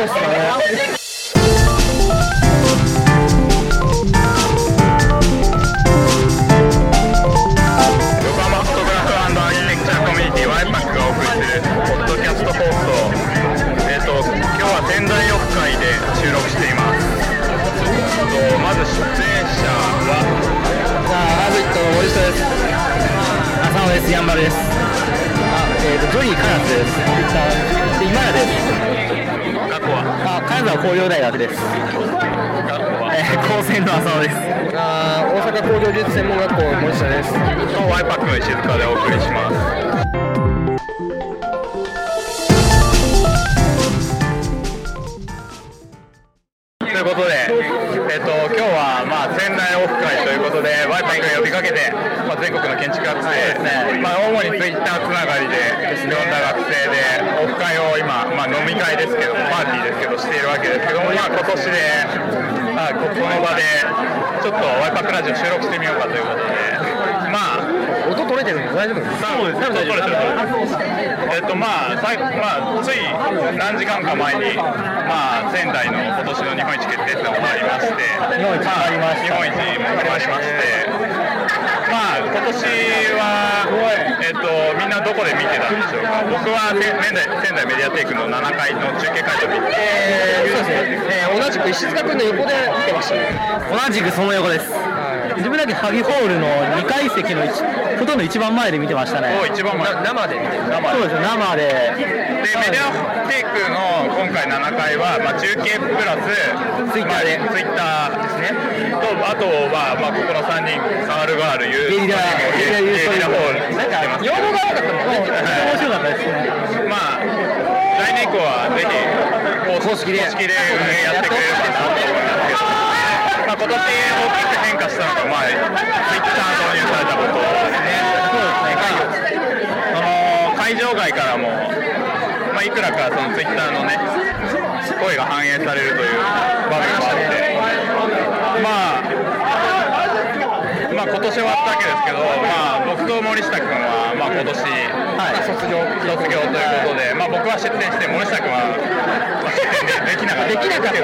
ですかね。 仙台オフ会で収録しています。まず出演者はアビットの森下です。 浅野です。ヤンバルです。ジョニーカナツです。今田です。 過去は金沢工業大学です。高専の浅野です。 大阪工業技術専門学校森下です。 ワイパックの石塚でお送りします。ということで、今日は仙台オフ会ということで、ワイパックが呼びかけて、全国の建築学生、主にツイッターつながりで呼んだ学生で、オフ会を今、飲み会ですけども、パーティーですけど、しているわけですけども、今年で、この場で、ちょっとワイパックラジオ収録してみようかということで、 音取れてるの大丈夫ですか？ そうですね、取れてる。つい何時間か前に、仙台の今年の日本一決定戦がありまして、 日本一もありまして、今年は、みんなどこで見てたんでしょうか。僕は仙台メディアテイクの7階の中継会場見て、 そうですね、同じく石塚君の横で見てましたね。 同じくその横です。自分だけ萩ホールの2階席のほとんど一番前で見てましたね。 一番前。 生で見てる。 そうです、生で。 で、メディアテイクの今回7回は、中継プラスツイッターで、 ツイッターですね。あとは、ここの3人、サールガール、 ゲリラホール。 なんか、用語が多かったもんね。 面白かったですね。 来年以降はぜひ、公式で運営やってくれればなと思いますけど、今年大きく変化したのが、ツイッター導入されたことですね。会場外からも、いくらかそのツイッターのね、声が反映されるという場面もあって、今年終わったわけですけど、僕と森下君は、今年、卒業ということで、僕は出展して、森下君は、出展できなかった。 できなかった。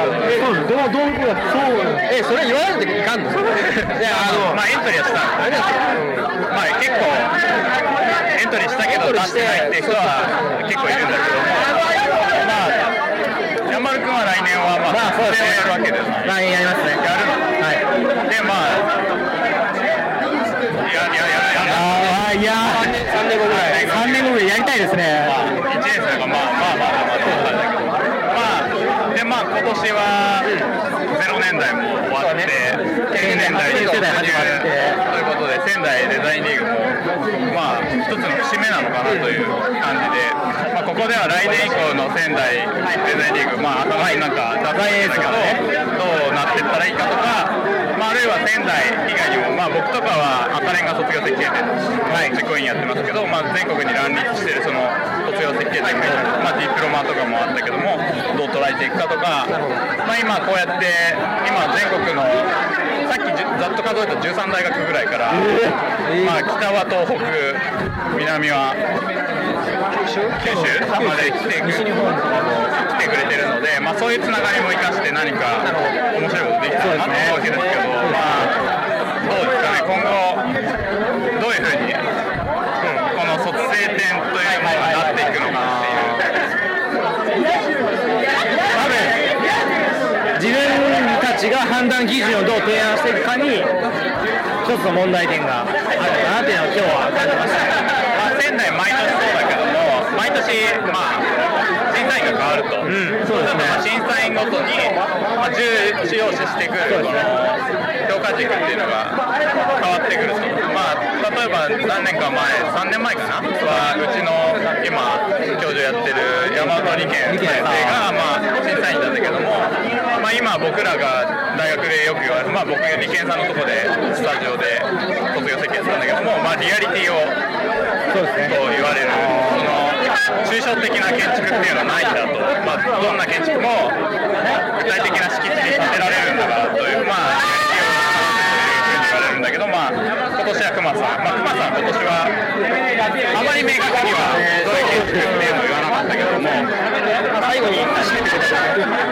それ言わないといかんの？ エントリーはしたんです結構、エントリーしたけど出してないっていう人は結構いるんだけども、山丸君は来年は出展をやるわけです。 来年やりますね。 やるの？ はい。 で、 3年後ぐらい。3年後ぐらいやりたいですね。 1年生が今年は0年代も終わって、9年代に突入ということで、仙台デザインリーグも一つの節目なのかなという感じで、ここでは来年以降の仙台デザインリーグ、頭になんかダザインだけど、どうなっていったらいいかとか、あるいは仙台以外にも、僕とかは赤レンガ卒業設計展実行委員やってますけど、全国に乱立しているその卒業設計展が、ディプロマとかもあったけども、どう捉えていくかとか、今こうやって今全国のさっきざっと数えた13大学ぐらいから、北は東北、南は九州まで来てくれてるので、そういうつながりも生かして何か面白いことできたらなと思うわけですけど、どうですかね、今後どういうふうに、この卒生展というものがなっていくのかっていう。 自分たちが判断基準をどう提案していくかに一つの問題点があるかなというのを今日は感じました。 仙台毎年そうだけども、毎年審査員が変わると、 そうですね、 審査員ごとに重要視してくるこの評価軸っていうのが変わってくると、例えば何年か前、3年前かなはうちの今教授やってる山本理研先生が審査員なんだけども、今僕らが大学でよく言われる、僕理研さんのとこでスタジオで卒業設計したんだけども、リアリティをと言われる、抽象的な建築っていうのはないんだと、どんな建築も具体的な敷地に建てられるんだからという、リアリティを言われるんだけど、今年は熊さん、今年はあまり明確にはどういう建築っていうのを言わなかったけども、 最後に締めてください。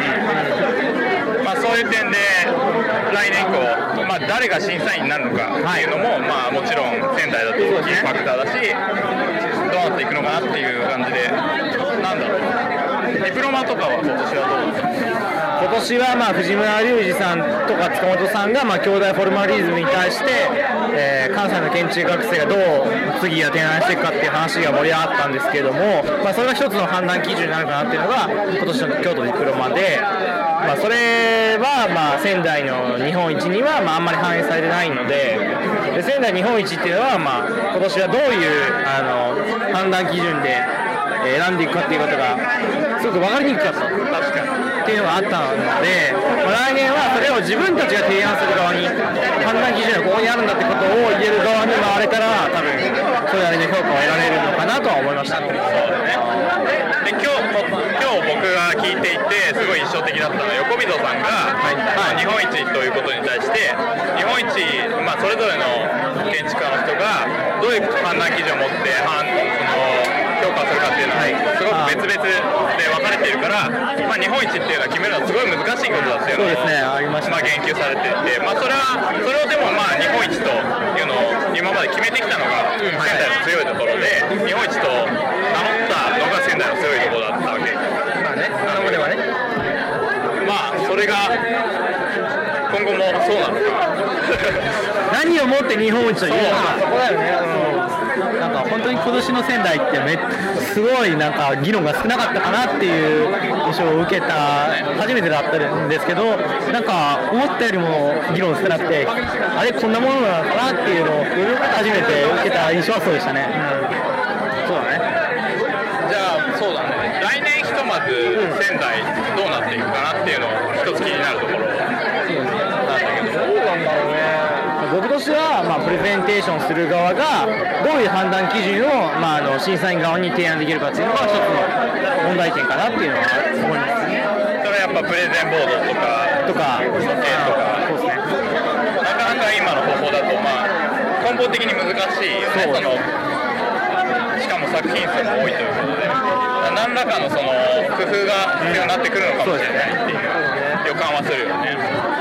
いう点で来年以降、まあ、誰が審査員になるのかっていうのも、まあ、もちろん仙台だと大きいファクターだし、どうなっていくのかなっていう感じで、なんだろう、ディプロマとかは今年はどうですか？ 今年はまあ藤村隆二さんとか塚本さんがまあ兄弟フォルマリズムに対して、関西の建築学生がどう次は提案していくかっていう話が盛り上がったんですけれども、まあ、それが一つの判断基準になるかなっていうのが今年の京都ディプロマで、まあ、それはまあ仙台の日本一にはまああんまり反映されてないので、仙台日本一っていうのはまあ今年はどういう判断基準で選んでいくかっていうことがすごく分かりにくかったっていうのがあったので、まあ、来年はそれを自分たちが提案する側に判断基準がここにあるんだってことを言える側に回れたら多分それなりの評価を得られるのかなとは思いました。 そうだね。で今日僕が聞いていてすごい印象的だったのは横溝さんが、日本一ということに対して日本一、まあ、それぞれの建築家の人がどういう判断基準を持って評価するかっていうのはすごく別々で分かれているから、まあ、日本一っていうのは決めるのはすごい難しいことだっていうのをそうですね、ありました、 まあ、言及されていて、まあ、それをでもまあ日本一というのを今まで決めてきたのが仙台の強いところで、日本一と名乗ったのが仙台の強いところだったわけ。 まあね、今まではね。 まあそれが今後もそうなのか何をもって日本一というのか、 そこだよね。 なんか本当に今年の仙台ってすごいなんか議論が少なかったかなっていう印象を受けた初めてだったんですけど、なんか思ったよりも議論少なくて、あれこんなものなのかなっていうのを初めて受けた印象はそうでしたね。 そうだね。じゃあそうだね。来年ひとまず仙台どうなっていくかなっていうのを一つ気になるところなんだけど、 どうなんだろうね。 僕としては、まあ、プレゼンテーションする側がどういう判断基準を、まあ、審査員側に提案できるかっていうのが一つの問題点かなっていうのは思いますね。 それはやっぱプレゼンボードとかそうですね。 なかなか今の方法だと、まあ、根本的に難しいよね。しかも作品数も多いということで、何らかのその工夫が必要になってくるのかもしれないっていう予感はするよね。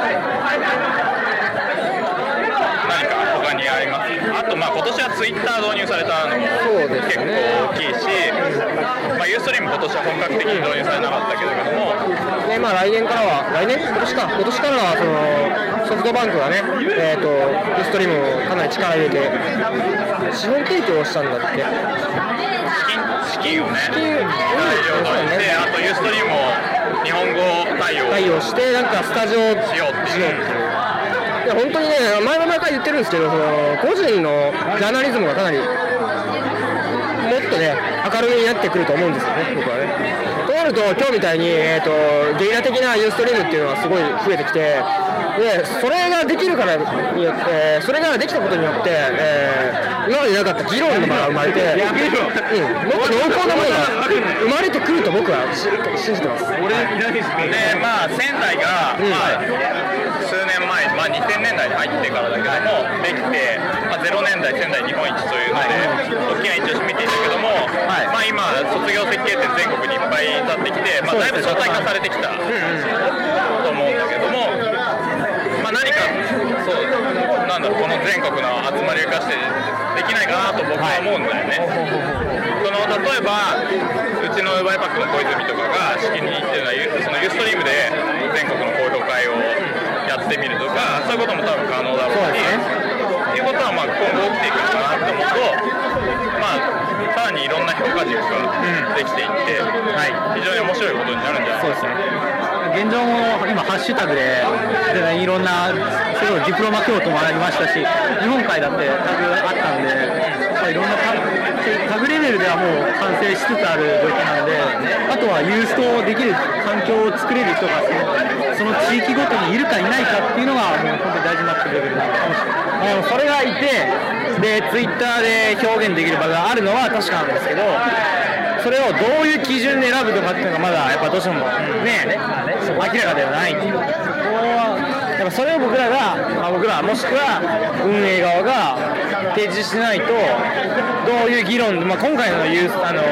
何か他にあります？あとまあ今年はツイッター導入されたのも結構大きいし、まあ、ユーストリーム今年は本格的に導入されなかったけれども、 でまあ来年からは今年からはソフトバンクがね、ユーストリームをかなり力入れて資本提供をしたんだっけ。 資金をね、大量導入して、あとユーストリームを日本語対応してなんかスタジオしようっていう。 いや本当にね、前々から言ってるんですけど、個人のジャーナリズムがかなりもっとね明るみになってくると思うんですよね、僕はね。となると今日みたいに、ゲリラ的なユーストリームっていうのはすごい増えてきて、でそれができるからによって、それができたことによって、今までなかった議論の場が生まれて、もっと濃厚なものが生まれてくると僕は信じてます。 でまあ仙台が、まあ数年前、まあ、2000年代に入ってからだけどもできて、まあ、0年代仙台日本一というので大きな一押し見ていたけども、まあ、今卒業設計展全国にいっぱい立ってきて、まあ、だいぶ相対化されてきたと思うんだけども、まあ、何かそうなんだろう、この全国の集まりを生かしてできないかなと僕は思うんだよね。例えばうちのウーバイパックの小泉とかが式に行ってるのはそのユーストリームで全国の公表会をやってみるとか、そういうことも多分可能だろうし、っていうことはまあ今後起きていくのかなって思うと、まあさらにいろんな評価軸ができていって、非常に面白いことになるんじゃないですか。 現状も今ハッシュタグでいろんなすごいディプロマ京都もありましたし、日本海だってタグあったんで、いろんなタグレベルではもう完成しつつある状況なので、あとはユーストできる環境を作れる人がその地域ごとにいるかいないかっていうのがもう本当に大事になってくるレベルなのかもしれない。それがいて、でツイッターで表現できる場があるのは確かなんですけど、それをどういう基準で選ぶとかっていうのがまだやっぱどうしてもね明らかではないっていう。やっぱそれを僕らもしくは運営側が提示しないと、どういう議論、まあ、今回の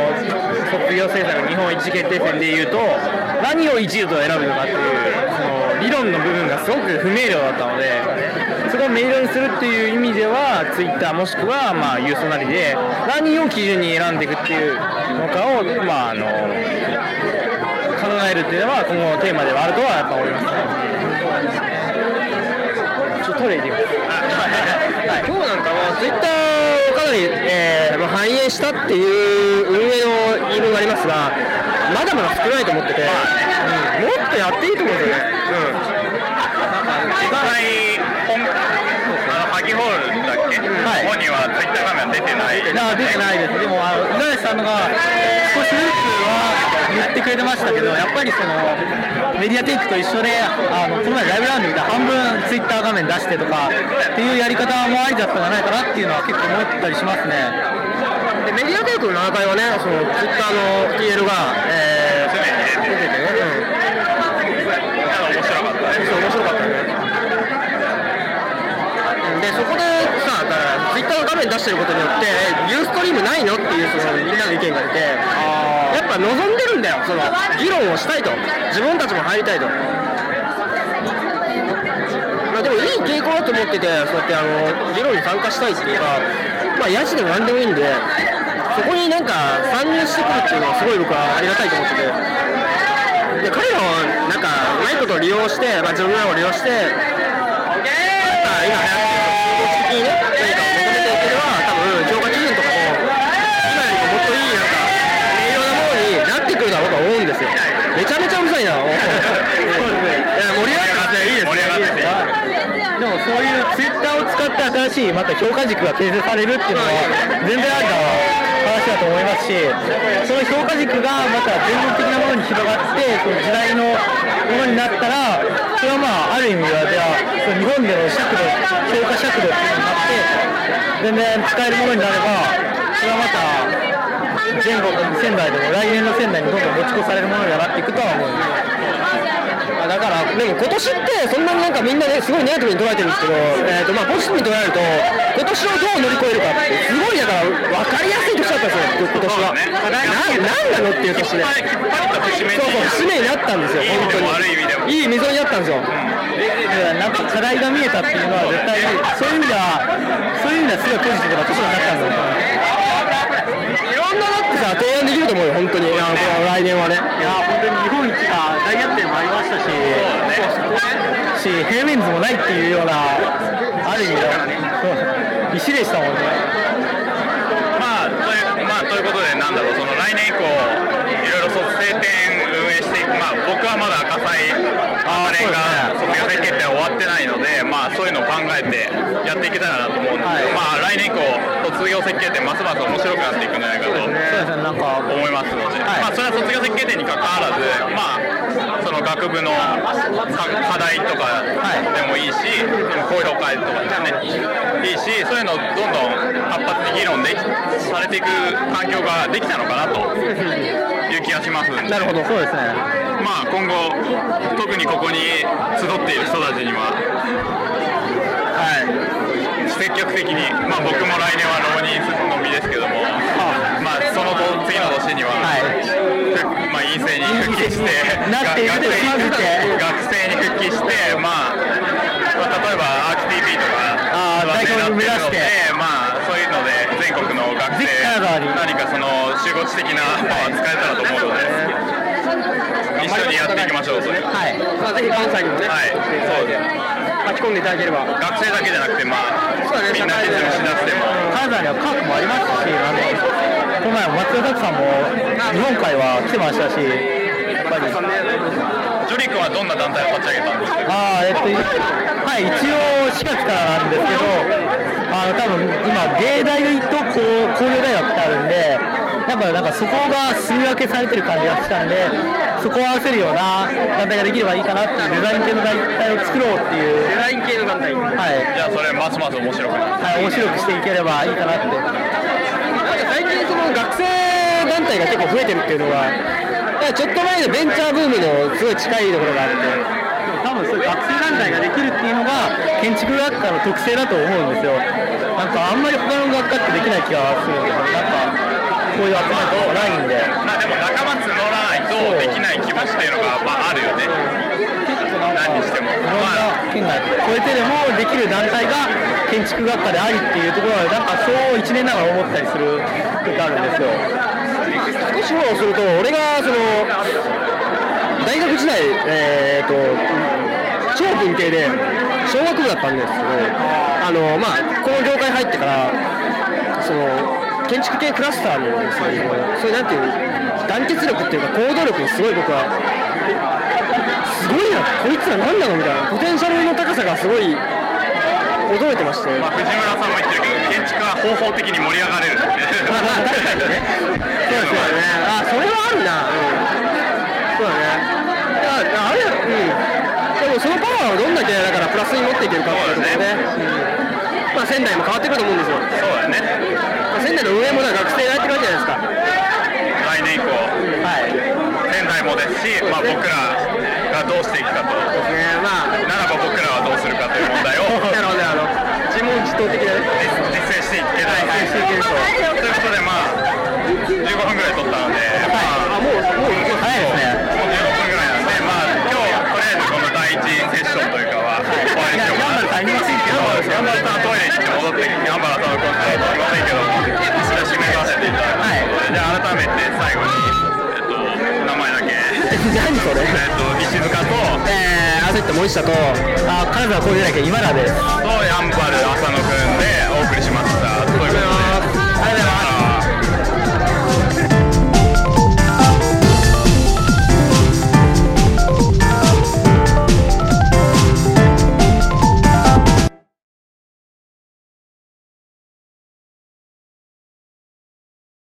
卒業制作の日本一決定戦でいうと何を1位と選ぶのかっていう、その理論の部分がすごく不明瞭だったので、そこを明瞭にするっていう意味ではツイッターもしくはユーストなりで何を基準に選んでいくっていうのかを考えるっていうのは今後のテーマではあるとはやっぱ思いますね。ちょっとトイレ行ってきます。 今日なんかはツイッターをかなり、反映したっていう運営の言い分がありますが、まだまだ少ないと思ってて、もっとやっていいと思うんですよね。 実際ハギホールだっけ、本人はツイッター画面は出てない。 出てないです。でも五十嵐さんが少しずつは言ってくれてましたけど、やっぱりそのメディアテイクと一緒でこの前ライブラウンド見た半分ツイッター画面出してとかっていうやり方もありだったんじゃないかなっていうのは結構思ったりしますね。 でメディアテイクの7回はね、そのツイッターの TL が、出ててね、 面白かったね。 面白かったね。でそこでさ、だからツイッターの画面出してることによってユーストリームないのっていうそのみんなの意見が出て、やっぱ望んでるんだよ、その議論をしたいと、自分たちも入りたいと。でもいい傾向だと思ってて、そうやって議論に参加したいっていうか、ヤジでも何でもいいんで、そこになんか参入してくるっていうのはすごい僕はありがたいと思ってて、で彼らはなんかうまいことを利用して、自分らを利用して、今流行ってる的にね、何かを求めていければ、多分評価基準とかも今よりももっといいなんか明瞭なものになってくるだろうと思うんですよ。めちゃめちゃうるさいな。盛り上がっていいですね。 でもそういうツイッターを使って新しいまた評価軸が形成されるっていうのは全然ありな話だと思いますし、その評価軸がまた全国的なものに広がって、その時代のものになったら、それはある意味はじゃあその日本での尺度、評価尺度っていうのになって全然使えるものになれば、それはまた全国仙台でも来年の仙台にどんどん持ち越されるものになっていくとは思うんです。 だからでも今年ってそんなになんかみんなねすごいネガティブに捉えてるんですけど、ポジティブに捉えると今年をどう乗り越えるかってすごいだから分かりやすい年だったんですよ、今年は。何なのっていう年で、節目になったんですよ、本当にいい溝になったんですよ。 なんか課題が見えたっていうのは絶対そういう意味ではすごいポジティブな年になったんですよ。 いろんなだってさ提案できると思うよ、本当に。来年はね、 いや本当に日本一が大逆転もありましたし、平面図もないっていうようなある意味で石でしたもんね。 ということで、なんだろう、その来年以降いろいろ卒生展運営していく、僕はまだ赤祭あれが卒業生決定は終わってないので、そういうのを考えてやっていけたらなと思うんですけど、来年以降卒業設計展ますます面白くなっていくんじゃないかと思いますので、それは卒業設計展に関わらず、その学部の課題とかでもいいし、高評価とかですねいいし、そういうのをどんどん活発に議論されていく環境ができたのかなという気がしますんで。 なるほど、そうですね。 今後特にここに集っている人たちには、積極的に、僕も来年は浪人するのみですけども、その次の年には、院生に復帰して学生に復帰して、例えばアーキ TV とか代表を目指して、 そういうので全国の学生何かその集合知的なパワー使えたらと思うので、一緒にやっていきましょう。それぜひ関西にもね、 そうです。 書き込んでいただければ、 学生だけじゃなくて、みんな実務しだしても金沢には科学もありますし、この前松田拓さんも日本海は来てましたし、やっぱりジョリ君はどんな団体を立ち上げたんですか？ 一応4月からなんですけど、多分今芸大と工業大学ってあるんで、やっぱなんかそこが住み分けされてる感じがしたんで、そこを合わせるような団体ができればいいかなっていう、デザイン系の団体を作ろうっていう。 デザイン系の団体、 じゃあそれますます面白く面白くしていければいいかなって。 最近その学生団体が結構増えてるっていうのは、ちょっと前のベンチャーブームのすごい近いところがあって、 多分そういう学生団体ができるっていうのが建築学科の特性だと思うんですよ。なんかあんまり他の学科ってできない気がするんですよ。なんかこういう集まりとないんで。 でも仲間募らないとできない気持ちっていうのがあるよね。何にして圏外超えてでもできる団体が建築学科でありっていうところはなんかそう1年ながら思ったりする時あるんですよ。 少しフォローすると、俺がその大学時代、超文系で小学部だったんですけど、この業界入ってからその建築系クラスターのそういうなんていう団結力っていうか行動力にすごい僕はすごいな、こいつら何なのみたいなポテンシャルの高さがすごい驚いてまして、 藤村さんも言ってるけど建築は方法的に盛り上がれるってね。 確かにね。そうですよね。それはあるな。そうだね。あれ、でもそのパワーをどんだけだからプラスに持っていけるかっていうところで、仙台も変わってくると思うんですよ。 そうだね。 仙台の運営も学生がやってるわけじゃないですか。 来年以降、仙台もですし、僕らがどうしていくかと、ならば僕らはどうするかという問題をなるほど、自問自答的な実践していけたらということで、15分ぐらい取ったので、 もう早いですね。 もう15分ぐらいなんで、今日とりあえずこの第一セッションというかは終わりにしようかなと。 ありませんけど、 ヤンバルさんトイレに行って戻ってきて、ヤンバルさんのことは言いませんけど、一度締めさせていただきます。じゃあ改めて最後に、名前だけ。 何それ？ 石塚と、 焦って森下と、金沢小出だけ今田です。 とヤンバル浅野くんでお送りしました。ということで、ありがとうございます。